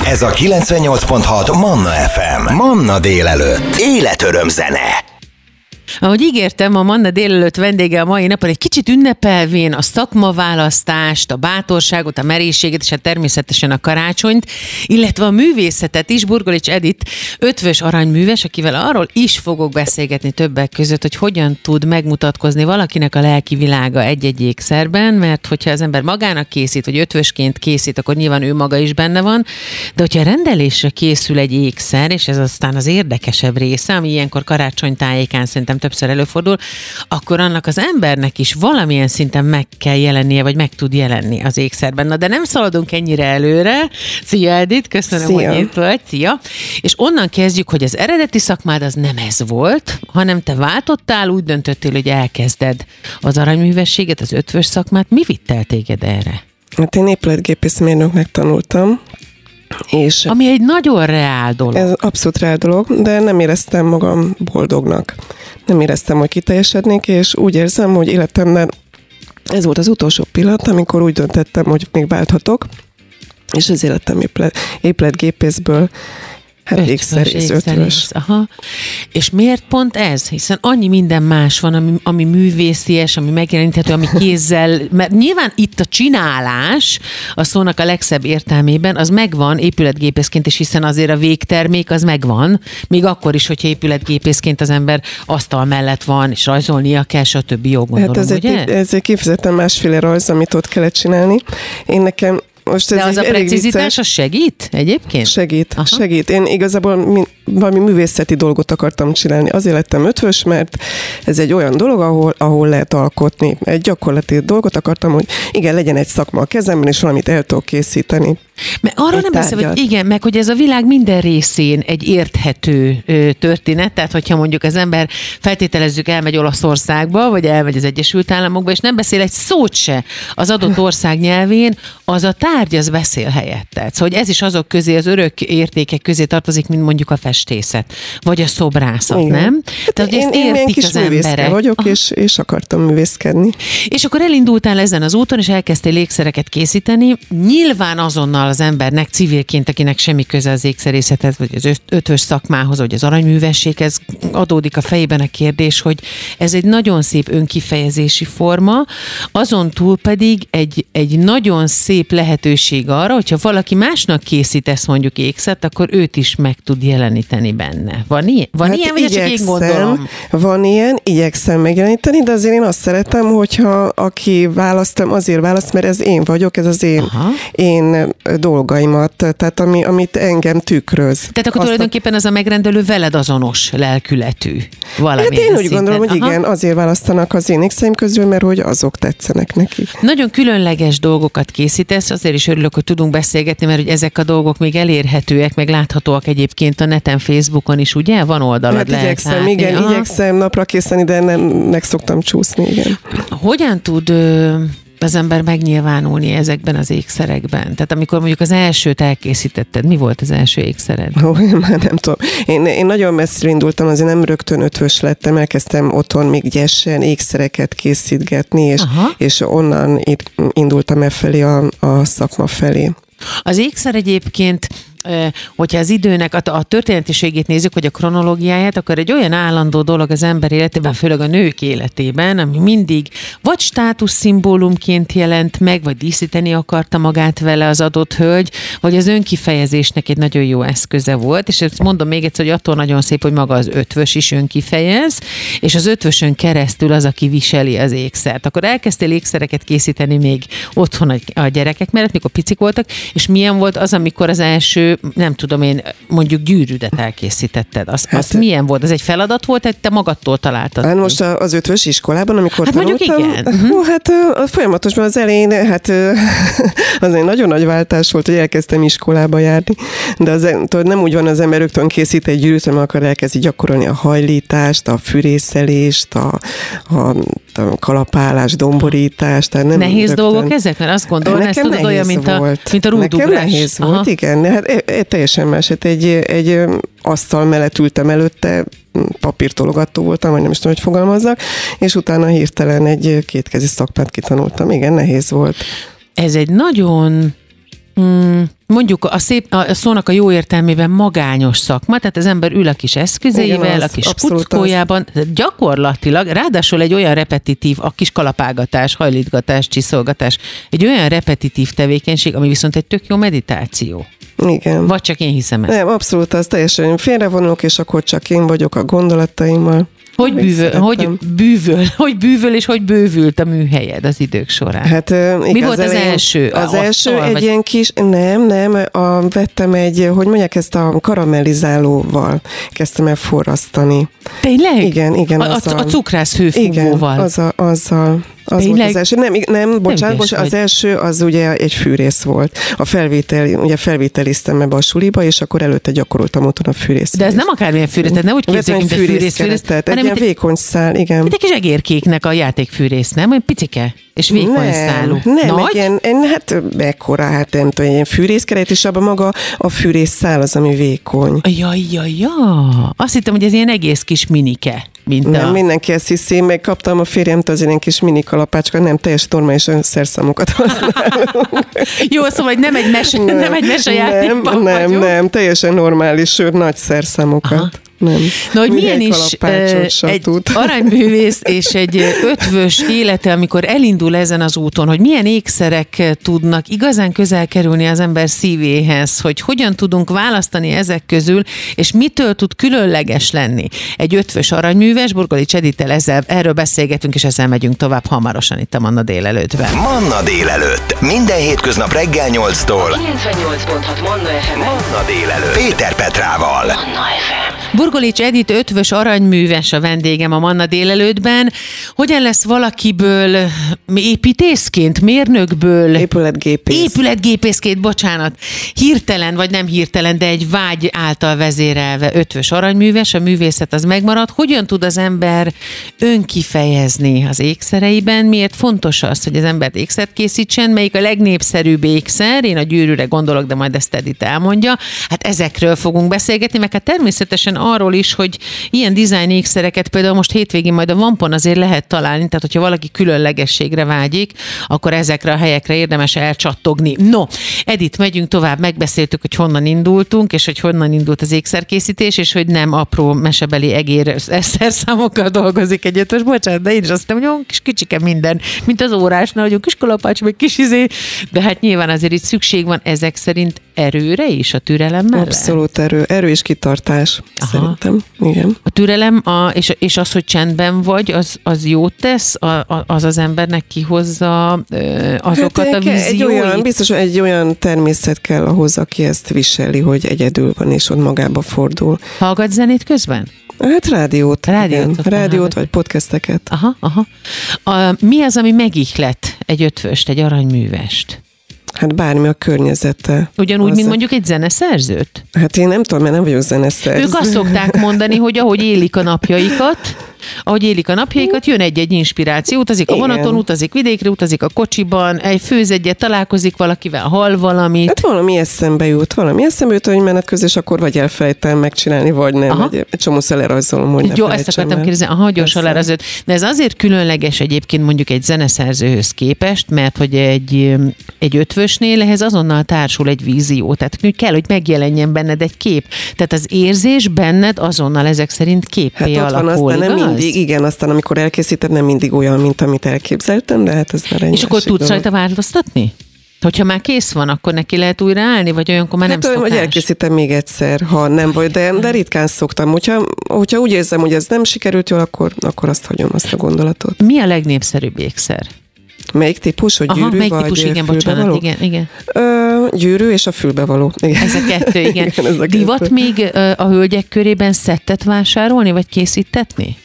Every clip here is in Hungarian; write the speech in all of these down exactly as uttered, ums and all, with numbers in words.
Ez a kilencvennyolc pont hat Manna ef em. Manna délelőtt. Életöröm zene. Ahogy ígértem, a Manna délelőtt vendége a mai napon egy kicsit ünnepelvén a szakmaválasztást, a bátorságot, a merészséget és a természetesen a karácsonyt, illetve a művészetet is. Burgolics Edit ötvös aranyműves, akivel arról is fogok beszélgetni többek között, hogy hogyan tud megmutatkozni valakinek a lelki világa egy-egy ékszerben, mert hogyha az ember magának készít, vagy ötvösként készít, akkor nyilván ő maga is benne van, de hogyha rendelésre készül egy ékszer, és ez aztán az érdekesebb része, ami ilyenkor karácsonytájékán szerintem többször előfordul, akkor annak az embernek is valamilyen szinten meg kell jelennie, vagy meg tud jelenni az ékszerben. Na, de nem szaladunk ennyire előre. Szia, Edit, köszönöm, Szia. hogy itt vagy. Szia. És onnan kezdjük, hogy az eredeti szakmád az nem ez volt, hanem te váltottál, úgy döntöttél, hogy elkezded az aranyművességet, az ötvös szakmát. Mi vitt el téged erre? Hát én épületgépészmérnöknek tanultam. És ami egy nagyon reál dolog. Ez abszolút reál dolog, de nem éreztem magam boldognak. Nem éreztem, hogy kiteljesednék, és úgy érzem, hogy életemben ez volt az utolsó pillanat, amikor úgy döntettem, hogy még válthatok, és az életem épület, épületgépészből hát ékszerész, ötvös. Aha. És miért pont ez? Hiszen annyi minden más van, ami, ami művészies, ami megjeleníthető, ami kézzel, mert nyilván itt a csinálás, a szónak a legszebb értelmében, az megvan épületgépészként, és hiszen azért a végtermék az megvan, még akkor is, hogyha épületgépészként az ember asztal mellett van, és rajzolnia kell, stb. Jól gondolom, hát ez ugye? Egy, ez egy kifejezetten másféle rajz, amit ott kellett csinálni. Én nekem Most de az a precizitás, az segít egyébként? Segít, Aha. segít. Én igazából mi, valami művészeti dolgot akartam csinálni. Azért lettem ötvös, mert ez egy olyan dolog, ahol, ahol lehet alkotni. Egy gyakorlati dolgot akartam, hogy igen, legyen egy szakma a kezemben, és valamit el tudok készíteni. Mert arról nem beszél, hogy igen, meg hogy ez a világ minden részén egy érthető ö, történet, tehát hogyha mondjuk az ember, feltételezzük, elmegy Olaszországba, vagy elmegy az Egyesült Államokba, és nem beszél egy szót se az adott ország nyelvén, az a tárgy az beszél helyette. Szóval ez is azok közé, az örök értékek közé tartozik, mint mondjuk a festészet, vagy a szobrászat, igen. nem? Hát tehát, én, én ilyen kis művészke vagyok, és, és akartam művészkedni. És akkor elindultál ezen az úton, és elkezdtél ékszereket készíteni. Nyilván azonnal az embernek, civilként, akinek semmi köze az ékszerészethez, vagy az ötvös szakmához, vagy az aranyművességhez, adódik a fejében a kérdés, hogy ez egy nagyon szép önkifejezési forma, azon túl pedig egy, egy nagyon szép lehetőség arra, hogyha valaki másnak készítesz mondjuk ékszert, akkor őt is meg tud jeleníteni benne. Van ilyen? Van hát ilyen, vagy csak én gondolom? Van ilyen, igyekszem megjeleníteni, de azért én azt szeretem, hogyha aki választom, azért választ, mert ez én vagyok, ez az én, én dolgaimat, tehát ami, amit engem tükröz. Tehát akkor azt tulajdonképpen az a megrendelő veled azonos lelkületű valamilyen Hát én úgy szinten. gondolom, hogy Aha. igen, azért választanak az én ékszereim közül, mert hogy azok tetszenek nekik. Nagyon különleges dolgokat készítesz, azért is örülök, hogy tudunk beszélgetni, mert hogy ezek a dolgok még elérhetőek, meg láthatóak egyébként a neten, Facebookon is, ugye? Van oldalad, hát lehet igyekszem, látni. igen, Aha. igyekszem napra készíteni, de nem meg szoktam csúszni, igen. Hogyan tud ö, az ember megnyilvánulni ezekben az ékszerekben? Tehát amikor mondjuk az elsőt elkészítetted, mi volt az első ékszered? Ó, én már nem tudom. Én, én nagyon messzire indultam, azért nem rögtön ötvös lettem, elkezdtem otthon még gyesen ékszereket készítgetni, és, és onnan indultam e felé a, a szakma felé. Az ékszer egyébként, hogyha az időnek a, a történetiségét nézzük, vagy a kronológiáját, akkor egy olyan állandó dolog az ember életében, főleg a nők életében, ami mindig vagy státuszszimbólumként jelent meg, vagy díszíteni akarta magát vele az adott hölgy, vagy az önkifejezésnek egy nagyon jó eszköze volt, és ezt mondom még egyszer, hogy attól nagyon szép, hogy maga az ötvös is önkifejez, és az ötvösön keresztül az, aki viseli az ékszert. Akkor elkezdtél ékszereket készíteni még otthon a gyerekek mellett, mikor picik voltak, és milyen volt az, amikor az első, nem tudom én, mondjuk gyűrűdet elkészítetted. Az, hát, az milyen volt? Ez egy feladat volt, hogy te magadtól találtad? Hát most az ötvös iskolában, amikor hát tanultam, mondjuk igen. Hú, hát folyamatosan az elején, hát az egy nagyon nagy váltás volt, hogy elkezdtem iskolába járni, de az, tudod, nem úgy van, az ember rögtön készít egy gyűrűt, hanem akar elkezdi gyakorolni a hajlítást, a fűrészelést, a, a, a kalapálás, domborítást. Tehát nem nehéz rögtön... dolgok ezek? Mert azt gondolom, ez tudod olyan, mint a, mint a rúdugrás. Nekem nehéz Aha. volt, igen. Hát teljesen más. Hát egy, egy asztal mellett ültem előtte, papírtologató voltam, vagy nem is tudom, hogy fogalmazzak, és utána hirtelen egy kétkezi szakmát kitanultam. Igen, nehéz volt. Ez egy nagyon mm, mondjuk a, szép, a szónak a jó értelmében magányos szakma, tehát az ember ül a kis eszközeivel, a kis puckójában, gyakorlatilag, ráadásul egy olyan repetitív, a kis kalapálgatás, hajlítgatás, csiszolgatás, egy olyan repetitív tevékenység, ami viszont egy tök jó meditáció. Igen. Vagy csak én hiszem ezt? Nem, abszolút, az teljesen félrevonulok, és akkor csak én vagyok a gondolataimmal. Hogy bűvöl, hogy bűvöl, hogy bűvöl, és hogy bővült a műhelyed az idők során? Hát, igaz, mi volt az elején, első? Az a első asztal, egy vagy? ilyen kis, nem, nem, a, vettem egy, hogy mondják, ezt a karamellizálóval kezdtem el forrasztani. Tényleg? Igen, igen. A, a, a cukrász hőfúvóval. Igen, az a, azzal. Az Tényleg? volt az első. Nem, nem bocsánat, bocsánat, az első az ugye egy fűrész volt. A felvétel, ugye felvételiztem ebbe a suliba, és akkor előtte gyakoroltam otthon a fűrész. De ez nem akármilyen fűrész, tehát ne úgy képzeljük, mint egy fűrész, fűrész, egy ilyen vékony szál, igen. Mint egy kis egérkéknek a játékfűrész, nem? Olyan picike és vékony szálú. Nem, Nagy? egy ilyen, hát mekkora, hát nem tudom, egy ilyen fűrészkeret, és abban maga a fűrész szál az, ami vékony. Jaj, jaj, jaj. Azt hittem, hogy ez ilyen egész kis minike. Mint nem, a... mindenki ezt hiszi, meg kaptam a férjemtől az ilyen kis mini kalapácsokat, nem, teljesen normálisan szerszámokat használunk. Jó, szóval nem egy mese, nem, nem egy mesejátékban Nem, nem, vagyok. nem, teljesen normális, sőt, nagy szerszámokat. Aha. Nem. Na, hogy milyen is egy tud. aranyművész és egy ötvös élete, amikor elindul ezen az úton, hogy milyen ékszerek tudnak igazán közel kerülni az ember szívéhez, hogy hogyan tudunk választani ezek közül, és mitől tud különleges lenni. Egy ötvös aranyműves, Burgolics Edittel ezzel, erről beszélgetünk, és ezzel megyünk tovább hamarosan itt a Manna délelőttben. Manna délelőtt. Minden hétköznap reggel nyolctól. kilencvennyolc pont hat Manna ef em. Manna délelőtt. Péter Petrával. Manna ef em. Burgolics Edit ötvös aranyműves a vendégem a Manna délelőttben. Hogyan lesz valakiből építészként, mérnökből? Épületgépész. Épületgépészként, bocsánat. Hirtelen, vagy nem hirtelen, de egy vágy által vezérelve ötvös aranyműves, a művészet az megmarad. Hogyan tud az ember önkifejezni az ékszereiben? Miért fontos az, hogy az ember ékszert készítsen? Melyik a legnépszerűbb ékszer? Én a gyűrűre gondolok, de majd ezt Edit elmondja. Hát ezekről fogunk beszélgetni, meg hát természetesen arról is, hogy ilyen dizájn ékszereket például most hétvégén majd a Vampon azért lehet találni, tehát hogyha valaki különlegességre vágyik, akkor ezekre a helyekre érdemes elcsattogni. No, Edit, megyünk tovább, megbeszéltük, hogy honnan indultunk, és hogy honnan indult az ékszerkészítés, és hogy nem apró mesebeli egér szerszámokkal dolgozik egy ötös, bocsánat, de én is azt hiszem, hogy olyan kis kicsike minden, mint az órásnál, hogy a kis kalapács, meg kis izé, de hát nyilván azért itt szükség van ezek szerint erőre is, a türelem mellett? Abszolút erő, erő és kitartás. Aha. Szerintem, igen. A türelem a, és, és az, hogy csendben vagy, az, az jót tesz, a, a, az az embernek kihozza ö, azokat hát a vízióit? Egy olyan, biztos, egy olyan természet kell ahhoz, aki ezt viseli, hogy egyedül van, és ott magába fordul. Hallgat zenét közben? Hát rádiót. Rádiót, rádiót vagy podcasteket. Aha, aha. A, mi az, ami megihlet egy ötvöst, egy aranyművest? Hát bármi a környezete. Ugyanúgy, az mint mondjuk egy zeneszerzőt? Hát én nem tudom, mert nem vagyok zeneszerző. Ők azt szokták mondani, hogy ahogy élik a napjaikat, ahogy élik a napjaikat, jön egy-egy inspiráció, utazik a vonaton, igen. Utazik vidékre, utazik a kocsiban, egy főz egyet, találkozik valakivel, hall valamit. Hát valami eszembe jut, valami eszembe jut, hogy menet közben, és akkor vagy elfelejtem megcsinálni, vagy nem. Egy, egy csomószor lerajzolom, hogy ne Jó, ezt akartam kérdezni, aha, gyorsan lerajzolt. De ez azért különleges egyébként mondjuk egy zeneszerzőhöz képest, mert hogy egy, egy ötvösnél ehhez azonnal társul egy vízió, tehát kell, hogy megjelenjen benned egy kép. Tehát az érzés benned azonnal ezek szerint képpé hát alakul, nem mindig, igen, aztán amikor elkészíted, nem mindig olyan, mint amit elképzeltem, de hát ez már egy És akkor tudsz rajta változtatni? Hogyha már kész van, akkor neki lehet újra állni, vagy olyankor már hát nem szokás? Hogy elkészítem még egyszer, ha nem vagy, de, de ritkán szoktam. Hogyha, hogyha úgy érzem, hogy ez nem sikerült jól, akkor, akkor azt hagyom, azt a gondolatot. Mi a legnépszerűbb ékszer? Melyik típus, hogy Aha, gyűrű melyik vagy típus, igen, bocsánat, igen, igen. Ö, gyűrű és a fülbevaló. Igen. Ez a kettő, igen. igen ez a Divat kettő. Még a hölgyek körében szettet vásárolni, vagy készítetni?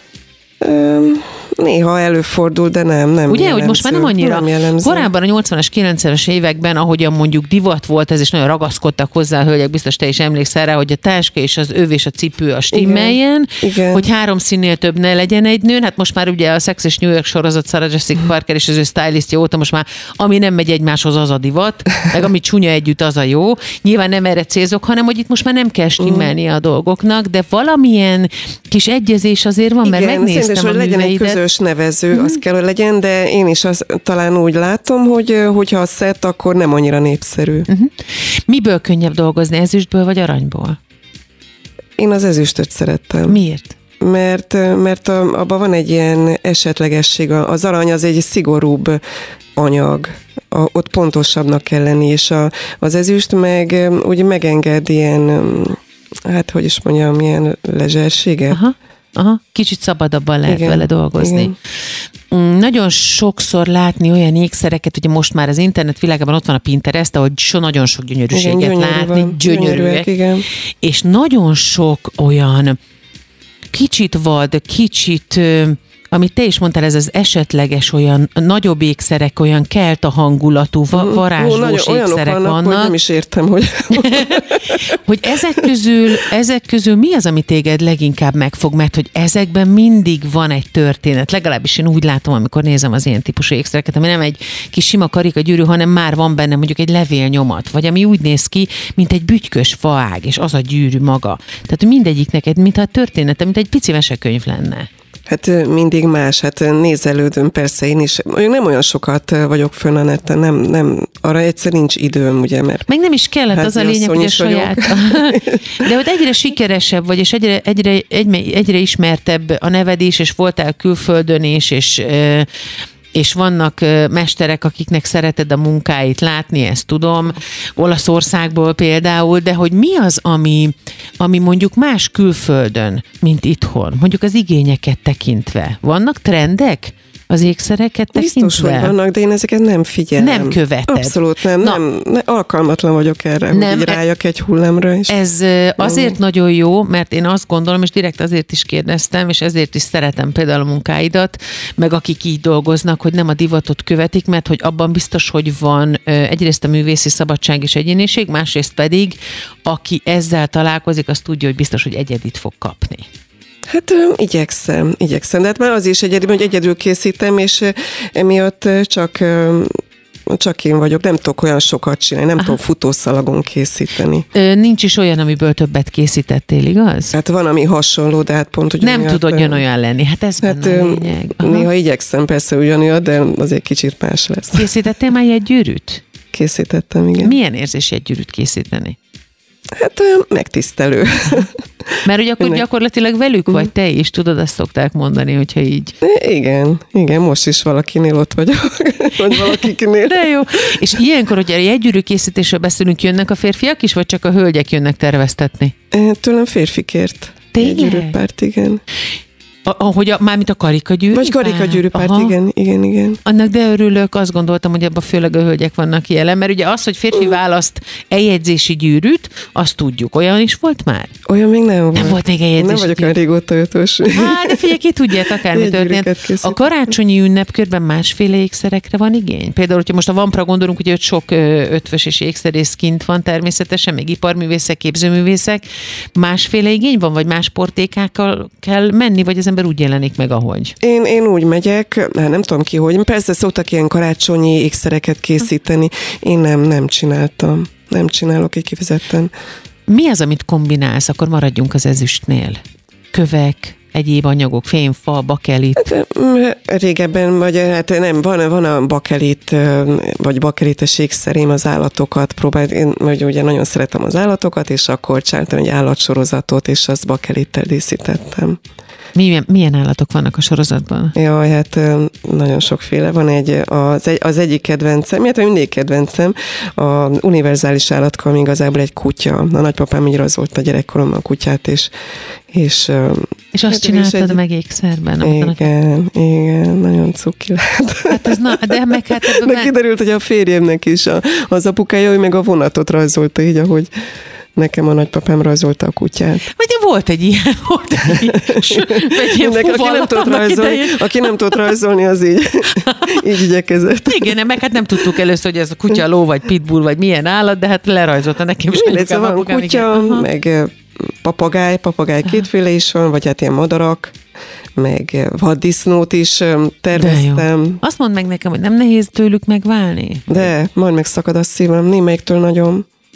Ö, néha előfordul, de nem, nem Ugye, jellemző, hogy most már nem annyira. Nem korábban a nyolcvanas, kilencvenes években, ahogyan mondjuk divat volt ez, és nagyon ragaszkodtak hozzá a hölgyek, biztos te is emlékszel rá, hogy a táska és az öv és a cipő a stimmeljen, igen. Hogy három színnél több ne legyen egy nőn. Hát most már ugye a Sex és New York sorozat Sarah Jessica Parker és az ő stylistja óta most már ami nem megy egymáshoz, az a divat, meg ami csúnya együtt, az a jó. Nyilván nem erre célzok, hanem hogy itt most már nem kell stimmelni a dolgoknak, de valamilyen kis egyezés azért van, mert igen, megnéztem a hogy legyen egy közös közös nevező, mm-hmm. az kell, hogy legyen, de én is az, talán úgy látom, hogy hogyha a szett, akkor nem annyira népszerű. Mm-hmm. Miből könnyebb dolgozni, ezüstből vagy aranyból? Én az ezüstöt szerettem. Miért? Mert, mert abban van egy ilyen esetlegesség. Az arany az egy szigorúbb anyag. A, ott pontosabbnak kell lenni, és a, az ezüst meg úgy megenged ilyen, hát hogy is mondjam, ilyen lezserséget. Aha. Aha, kicsit szabadabban lehet igen, vele dolgozni. Igen. Nagyon sokszor látni olyan ékszereket, ugye most már az internet világában ott van a Pinterest, ahol so nagyon sok gyönyörűséget igen, gyönyörű látni, van. gyönyörűek, gyönyörűek igen. És nagyon sok olyan kicsit vad, kicsit, amit te is mondtál, ez az esetleges olyan nagyobb ékszerek, olyan kelta hangulatú, va- varázslós Ó, ékszerek vannak. vannak. Hogy nem is értem, hogy... hogy ezek közül, ezek közül mi az, ami téged leginkább megfog, mert hogy ezekben mindig van egy történet. Legalábbis én úgy látom, amikor nézem az ilyen típusú ékszereket, ami nem egy kis sima karikagyűrű, hanem már van benne mondjuk egy levélnyomat, vagy ami úgy néz ki, mint egy bütykös faág, és az a gyűrű maga. Tehát mindegyiknek egy, mintha a története, mint egy pici mesekönyv lenne. Hát mindig más, hát nézelődöm persze én is. Nem olyan sokat vagyok fönn a neten, nem, nem, arra egyszer nincs időm, ugye, mert... Meg nem is kellett, az a lényeg, hogy a saját... De hogy egyre sikeresebb vagy, és egyre, egyre, egyre, egyre ismertebb a neved is, és voltál külföldön is, és... és vannak mesterek, akiknek szereted a munkáit látni, ezt tudom, Olaszországból például, de hogy mi az, ami, ami mondjuk más külföldön, mint itthon, mondjuk az igényeket tekintve. Vannak trendek az ékszereket tekintve? Biztos, hogy vannak, de én ezeket nem figyelem. Nem követed. Abszolút nem, nem, nem alkalmatlan vagyok erre, nem, hogy rájak egy hullámra is. Ez azért mm. nagyon jó, mert én azt gondolom, és direkt azért is kérdeztem, és ezért is szeretem például a munkáidat, meg akik így dolgoznak, hogy nem a divatot követik, mert hogy abban biztos, hogy van egyrészt a művészi szabadság és egyéniség, másrészt pedig, aki ezzel találkozik, az tudja, hogy biztos, hogy egyedit fog kapni. Hát igyekszem, igyekszem, de hát már az is egyedül, hogy egyedül készítem, és emiatt csak, csak én vagyok, nem tudok olyan sokat csinálni, nem Aha. tudom futószalagon készíteni. Ö, nincs is olyan, amiből többet készítettél, igaz? Hát van, ami hasonló, de hát pont ugyanolyan. Nem tudod ugyanolyan lenni, hát ez hát, benne a lényeg. Aha. Néha igyekszem persze ugyanolyan, de azért kicsit más lesz. Készítettél már egy gyűrűt? Készítettem, igen. Milyen érzés egy gyűrűt készíteni? Hát olyan megtisztelő. Mert ugye akkor Ennek... gyakorlatilag velük vagy te is, tudod, azt szokták mondani, hogyha így. Igen, igen, most is valakinél ott vagyok, vagy valakiknél. De jó. És ilyenkor, hogy egy gyűrű készítésről beszélünk, jönnek a férfiak is, vagy csak a hölgyek jönnek terveztetni? Tőlem férfikért. Egy gyűrűpárt, igen. Ahogy a, mármint a karikagyűrű? Vagy karikagyűrűpárt, igen, igen, igen. Annak de örülök, azt gondoltam, hogy abban főleg a hölgyek vannak jelen, mert ugye az, hogy férfi választ eljegyzési gyűrűt, azt tudjuk. Olyan is volt már? Olyan még nem volt. Nem volt még eljegyzési Nem vagyok olyan régóta ötös. Hát, de figyelj, ki tudja, akármi történt. A karácsonyi ünnepkörben másféle ékszerekre van igény? Például, hogyha most a Vampra gondolunk, ugye ott sok ötvös és ékszerész kint van természetesen, még iparművészek, képzőművészek. Másféle igény van, vagy más portékákkal kell menni, vagy az ember úgy jelenik meg, ahogy? Én, én úgy megyek, nem tudom ki, hogy. Persze szoktak ilyen karácsonyi ékszereket készíteni. Én nem, nem csináltam. Nem csinálok így kifejezetten. Mi az, amit kombinálsz? Akkor maradjunk az ezüstnél. Kövek, egyéb anyagok, fém, fa, bakelit. Hát, régebben, vagy hát nem, van, van a bakelit, vagy bakelites ékszerém, az állatokat próbált, én vagy ugye nagyon szeretem az állatokat, és akkor csináltam egy állatsorozatot, és azt bakelittel díszítettem. Milyen, milyen állatok vannak a sorozatban? Jaj, hát nagyon sokféle. Van egy, az, egy, az egyik kedvencem, illetve mindig kedvencem, a univerzális állatka, ami igazából egy kutya. A nagypapám így rajzolta gyerekkoromban a kutyát, és és, és azt csináltad egy... meg ékszerben? Igen, igen, nagyon cuki lehet. Hát ez na, de meg hát ebből... De kiderült, hogy a férjemnek is a, az apukája, hogy meg a vonatot rajzolta így, ahogy nekem a nagypapám rajzolta a kutyát. Vagy volt egy ilyen, volt egy ilyen, egy ilyen Neki, aki, nem tudott rajzolni, aki nem tudott rajzolni, az így, így igyekezett. Igen, meg hát nem tudtuk először, hogy ez a kutya, ló, vagy pitbull, vagy milyen állat, de hát lerajzolta nekem is. Mindegy, szóval van kutya, meg papagáj, papagáj kétféle is van, vagy hát ilyen madarak, meg vaddisznót is terveztem. Azt mondd meg nekem, hogy nem nehéz tőlük megválni? De, majd megszakad a szívem, némelyiktől nagyon.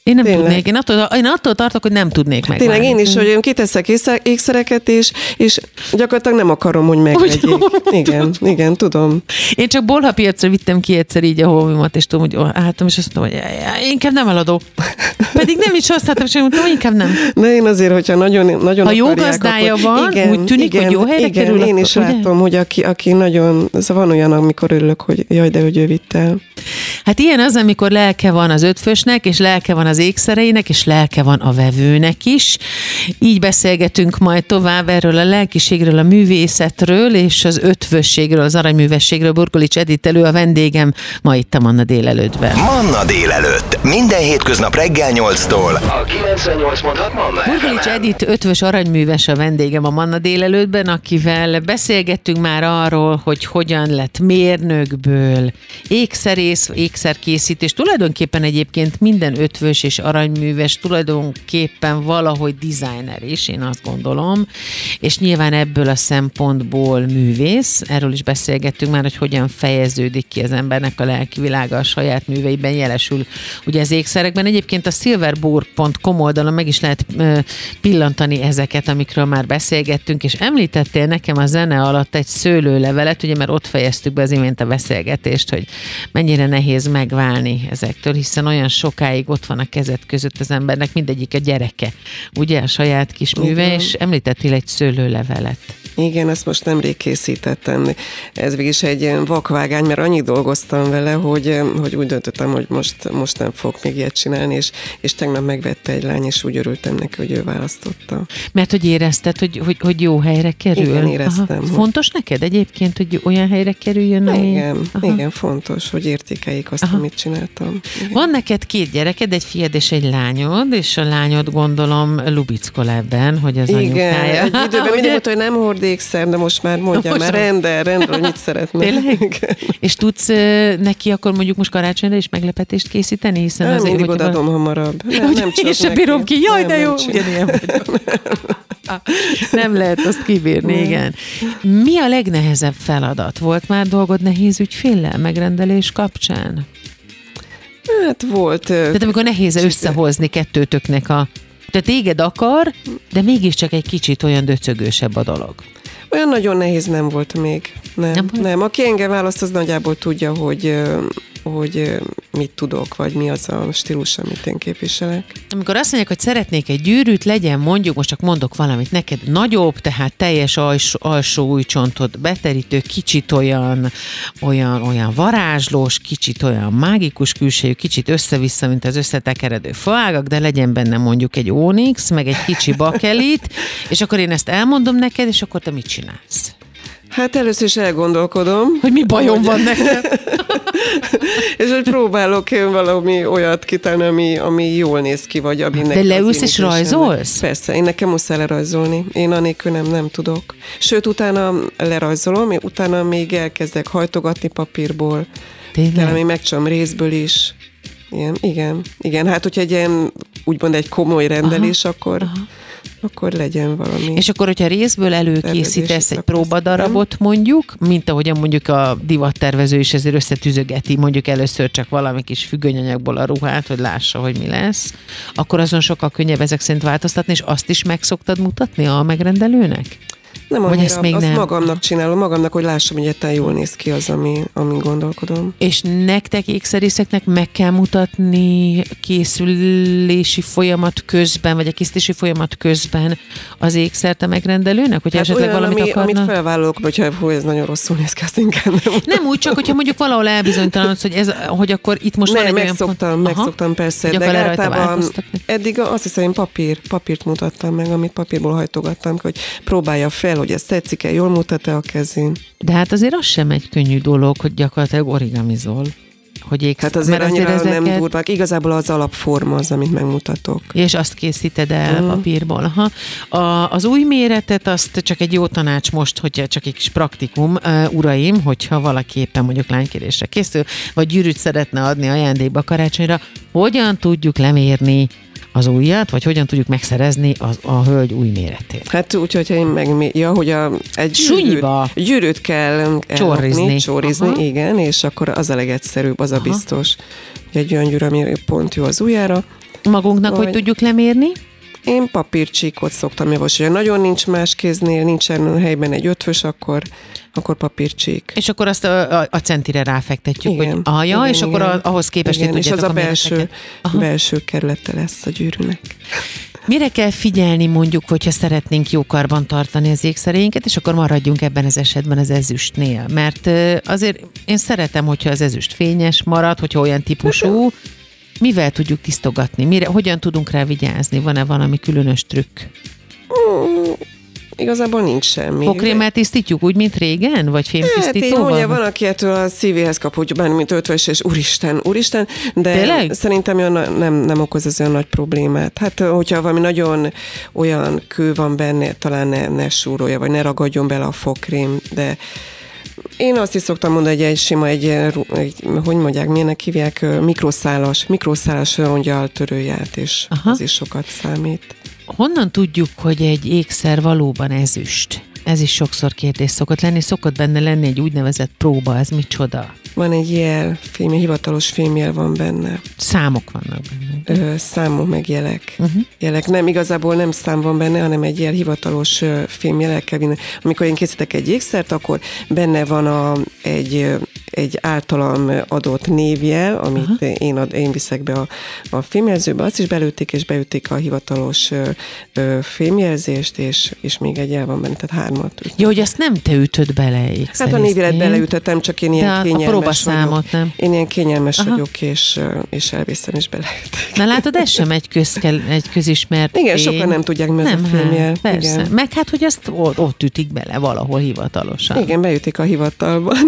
Én nem Tényleg. tudnék. Én attól, én attól tartok, hogy nem tudnék megválni. Tényleg én is, hogy én kiteszek ékszer- ékszereket, és, és gyakorlatilag nem akarom, hogy megvegyék. Igen, igen, tudom. Én csak bolhapiacra vittem ki egyszer így a holmimat, és tudom, hogy álltam, és azt mondtam, hogy inkább nem eladó. Pedig nem is használtam, és mondtam, hogy inkább nem. De én azért, hogyha nagyon, nagyon Ha jó akarják, gazdája akkor... van, igen, úgy tűnik, igen, hogy jó helyre igen, kerül, én akkor, is ugye? látom, hogy aki, aki nagyon... Szóval van olyan, amikor örülök, hogy jaj, de hogy ő vitt el. Hát ilyen az, amikor lelke van az ötvösnek, és lelke van az ékszereinek, és lelke van a vevőnek is. Így beszélgetünk majd tovább erről a lelkiségről, a művészetről, és az ötvösségről, az aranyművességről. Burgolics Edit elő a vendégem ma itt a Manna délelőttben. Manna délelőtt. Minden hétköznap reggel nyolctól. A kilencvennyolc pont hat Manna Burgolics Edit ötvös aranyműves a vendégem a Manna délelőttben, akivel beszélgettünk már arról, hogy hogyan lett mérnökből ékszerész, ékszerkészítés. Tulajdonképpen egyébként minden ötvös és aranyműves tulajdonképpen valahogy designer is, én azt gondolom, és nyilván ebből a szempontból művész. Erről is beszélgettünk már, hogy hogyan fejeződik ki az embernek a lelki világa a saját műveiben, jelesül ugye az ékszerekben. Egyébként a silverburg pont com oldalon meg is lehet ö, pillantani ezeket, amikről már beszélgettünk, és említettél nekem a zene alatt egy szőlőlevelet, ugye, mert ott fejeztük be az imént a beszélgetést, hogy mennyire nehéz megválni ezektől, hiszen olyan sokáig ott van a kezed között az embernek, mindegyik a gyereke, ugye, a saját kis műve, Igen. és említettél egy szőlőlevelet. Igen, ezt most nemrég készítettem. Ez végig is egy ilyen vakvágány, mert annyit dolgoztam vele, hogy, hogy úgy döntöttem, hogy most, most nem fogok még ilyet csinálni, és, és tegnap megvette egy lány, és úgy örültem neki, hogy ő választotta. Mert hogy érezted, hogy, hogy, hogy jó helyre kerül? Igen, éreztem. Aha. Fontos neked egyébként, hogy olyan helyre kerüljön? Ami... Igen, Aha. igen, fontos, hogy értékeljék azt, Aha. amit csináltam. Igen. Van neked két gyereked, egy fiad és egy lányod, és a lányod gondolom lubickol ebben, hogy az Igen, anyukája. egy időben mindig mondta, hogy nem hord ékszer, de most már mondja, Most már már. rendel, rendel, hogy mit szeretne. Tényleg? Igen. És tudsz ö, neki akkor mondjuk most karácsonyra is meglepetést készíteni? Hiszen Nem, azért, mindig hogyha odaadom hamarabb. Nem, Hogy nem csak én sem neki. bírom ki, jaj, Nem, de jó, nem csinálom. ugyanilyen vagyok. Nem lehet azt kibírni, igen. Mi a legnehezebb feladat? Volt már dolgod nehéz ügyféllel megrendelés kapcsán? Hát volt. Tehát amikor nehéz összehozni kettőtöknek a... Tehát téged akar, de mégiscsak egy kicsit olyan döcögősebb a dolog. Olyan nagyon nehéz nem volt még. Nem, Nem nem. volt? nem. Aki engem választ, az nagyjából tudja, hogy, hogy mit tudok, vagy mi az a stílus, amit én képviselek. Amikor azt mondják, hogy szeretnék egy gyűrűt, legyen mondjuk, most csak mondok valamit, neked nagyobb, tehát teljes alsó, alsó ujjcsontot beterítő, kicsit olyan, olyan, olyan varázslós, kicsit olyan mágikus külsejű, kicsit össze-vissza, mint az összetekeredő faágak, de legyen benne mondjuk egy ónix, meg egy kicsi bakelit, és akkor én ezt elmondom neked, és akkor te mit csinálsz? Hát először is elgondolkodom. Hogy mi bajom van nekem? És hogy próbálok én valami olyat kitalálni, ami, ami jól néz ki, vagy ami De nekem leülsz az és imidzsem. rajzolsz? Persze, én nekem muszáj lerajzolni. Én anélkül nem, nem tudok. Sőt, utána lerajzolom, én utána még elkezdek hajtogatni papírból. Tényleg? Talán még megcsom részből is. Igen, igen, igen. Hát, hogyha egy ilyen, úgymond egy komoly rendelés, aha, akkor, aha. akkor legyen valami. És akkor, hogyha részből előkészítesz egy szakasz, próbadarabot mondjuk, mint ahogyan mondjuk a divattervező is ezért összetűzögeti mondjuk először csak valami kis függönyanyagból a ruhát, hogy lássa, hogy mi lesz, akkor azon sokkal könnyebb ezek szerint változtatni, és azt is meg szoktad mutatni a megrendelőnek? Nem Vagy annyira, ezt még azt nem? magamnak csinálom, magamnak, hogy lássam, hogy egyáltalán jól néz ki az, ami, amin gondolkodom. És nektek, ékszerészeknek meg kell mutatni készülési folyamat közben, vagy a készítési folyamat közben az ékszert a megrendelőnek? Hogyha Hát esetleg olyan, valamit ami, akarna? amit felvállalok, hogyha hú, ez nagyon rosszul néz ki, azt inkább nem. Nem úgy, csak hogyha mondjuk valahol elbizonytalanodsz, hogy, ez, hogy akkor itt most Nem, van egy olyan megszoktam, pont... megszoktam persze, Hogy de akar-e rajta általában változtatni? eddig azt hiszem, én papír, papírt mutattam meg, amit papírból hajtogattam, hogy próbálja fel, hogy ez tetszik-e, jól mutat-e a kezén. De hát azért az sem egy könnyű dolog, hogy gyakorlatilag origamizol. Hogy éksz, Hát azért mert annyira ezeket... nem durvák. Igazából az alapforma az, amit megmutatok. És azt készíted el Mm. papírból. Aha. A, az új méretet, azt csak egy jó tanács most, hogyha csak egy kis praktikum, uh, uraim, hogyha valaki éppen mondjuk lánykérésre készül, vagy gyűrűt szeretne adni ajándékba karácsonyra, hogyan tudjuk lemérni az ujjat, vagy hogyan tudjuk megszerezni az, a hölgy új méretét? Hát úgy, hogyha én meg, ja, hogy a, egy Súnyiba. gyűrűt, gyűrűt kell Csorrizni. ellopni, csórizni, Aha. igen, és akkor az a legegyszerűbb, az a Aha. biztos. Hogy egy olyan gyűrű, ami pont jó az ujjára, Magunknak Vagy... hogy tudjuk lemérni? Én papírcsíkot szoktam javasolni. Nagyon nincs más kéznél, nincsen helyben egy ötvös, akkor, akkor papírcsík. És akkor azt a, a, a centire ráfektetjük, igen, hogy aha, ja, igen, és igen. akkor ahhoz képest igen, és az a belső, Aha. belső kerülete lesz a gyűrűnek. Mire kell figyelni mondjuk, hogyha szeretnénk jó karban tartani az ékszereinket, és akkor maradjunk ebben az esetben az ezüstnél. Mert azért én szeretem, hogyha az ezüst fényes marad, hogyha olyan típusú, mivel tudjuk tisztogatni? Mire, hogyan tudunk rá vigyázni? Van-e valami különös trükk? Mm, igazából nincs semmi. Fogkrémmel tisztítjuk úgy, mint régen? Vagy fémtisztítóval? Hát én van, aki ettől a szívéhez kap, hogy bármint ötvös, és úristen, úristen, de Tényleg? szerintem olyan nem, nem okoz ez olyan nagy problémát. Hát, hogyha valami nagyon olyan kő van benne, talán ne, ne súrolja, vagy ne ragadjon bele a fogkrém, de én azt is szoktam mondani, hogy egy sima, egy, egy hogy mondják, milyenek hívják, mikroszálas, mikroszálas rongyal törőját, és aha. az is sokat számít. Honnan tudjuk, hogy egy ékszer valóban ezüst? Ez is sokszor kérdés szokott lenni. Szokott benne lenni egy úgynevezett próba, ez micsoda? Van egy jel, fém, hivatalos fémjel van benne. Számok vannak benne. Ö, számok meg jelek. Uh-huh. Jelek. Nem, igazából nem szám van benne, hanem egy jel, hivatalos fémjelel kell vinni. Amikor én készítek egy ékszert, akkor benne van a, egy, egy általam adott névjel, amit uh-huh. én, ad, én viszek be a, a fémjelzőbe. Azt is belőtték, és beütték a hivatalos ö, ö, fémjelzést, és, és még egy jel van benne, tehát hármat. Jó, hogy azt nem te ütöd bele ékszerészként. Hát a névjelet beleütöttem, csak én ilyen kényelmes Számot, nem? Én ilyen kényelmes aha. vagyok, és, és elviszem, és beleütik. Na látod, ez sem egy, közkel, egy közismert igen, fény. sokan nem tudják, mi nem, az a fémjel. Hát, persze. Igen. Meg hát, hogy azt ott ütik bele valahol hivatalosan. Igen, beütik a hivatalban.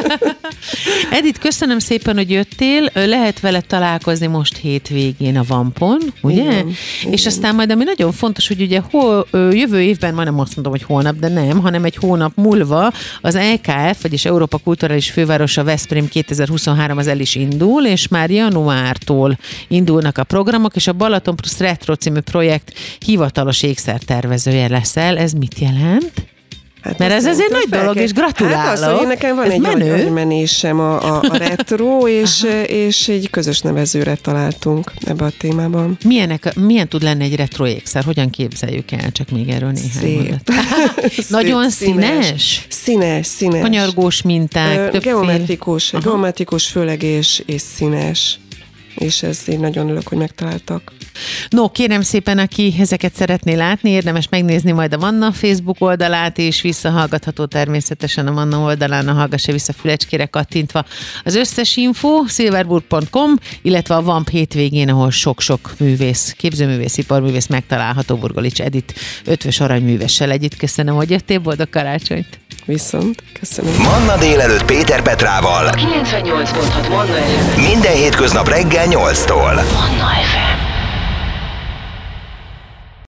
Edith, köszönöm szépen, hogy jöttél. Lehet vele találkozni most hétvégén a Vampon, ugye? Igen, és igen. aztán majd, ami nagyon fontos, hogy ugye hol, jövő évben, már nem azt mondom, hogy holnap, de nem, hanem egy hónap múlva az é ká ef, vagyis Európa Kulturális Fővárosa Veszprém kétezer-huszonhárom az el is indul, és már januártól indulnak a programok, és a Balaton Plus Retro című projekt hivatalos ékszertervezője leszel. Ez mit jelent? Hát mert ez azért nagy dolog, és gratulálok. Hát az, hogy nekem van ez egy agymenésem a, a, a retro, és, és egy közös nevezőre találtunk ebbe a témában. Milyenek, milyen tud lenni egy retro ékszer? Hogyan képzeljük el? Csak még erről néhány Szép. mondat. Nagyon színes? Színes, színes. Kanyargós minták. Ö, geometrikus, geometrikus főleg, és, és színes. És ez így nagyon örülök, hogy megtaláltak. No, kérem szépen, aki ezeket szeretné látni, érdemes megnézni majd a Manna Facebook oldalát, és visszahallgatható természetesen a Manna oldalán, a Hallgassa Vissza Fülecskére kattintva. Az összes info silverburg pont com, illetve a Vamp hétvégén, ahol sok-sok művész, képzőművész, iparművész megtalálható Burgolics Edith ötvös aranyművessel együtt. Köszönöm, hogy jöttél, boldog karácsonyt! Viszont, köszönöm. Manna délelőtt Péter Petrával. kilencvennyolc pont hat Manna ef em. Minden hétköznap reggel nyolctól. Manna ef em.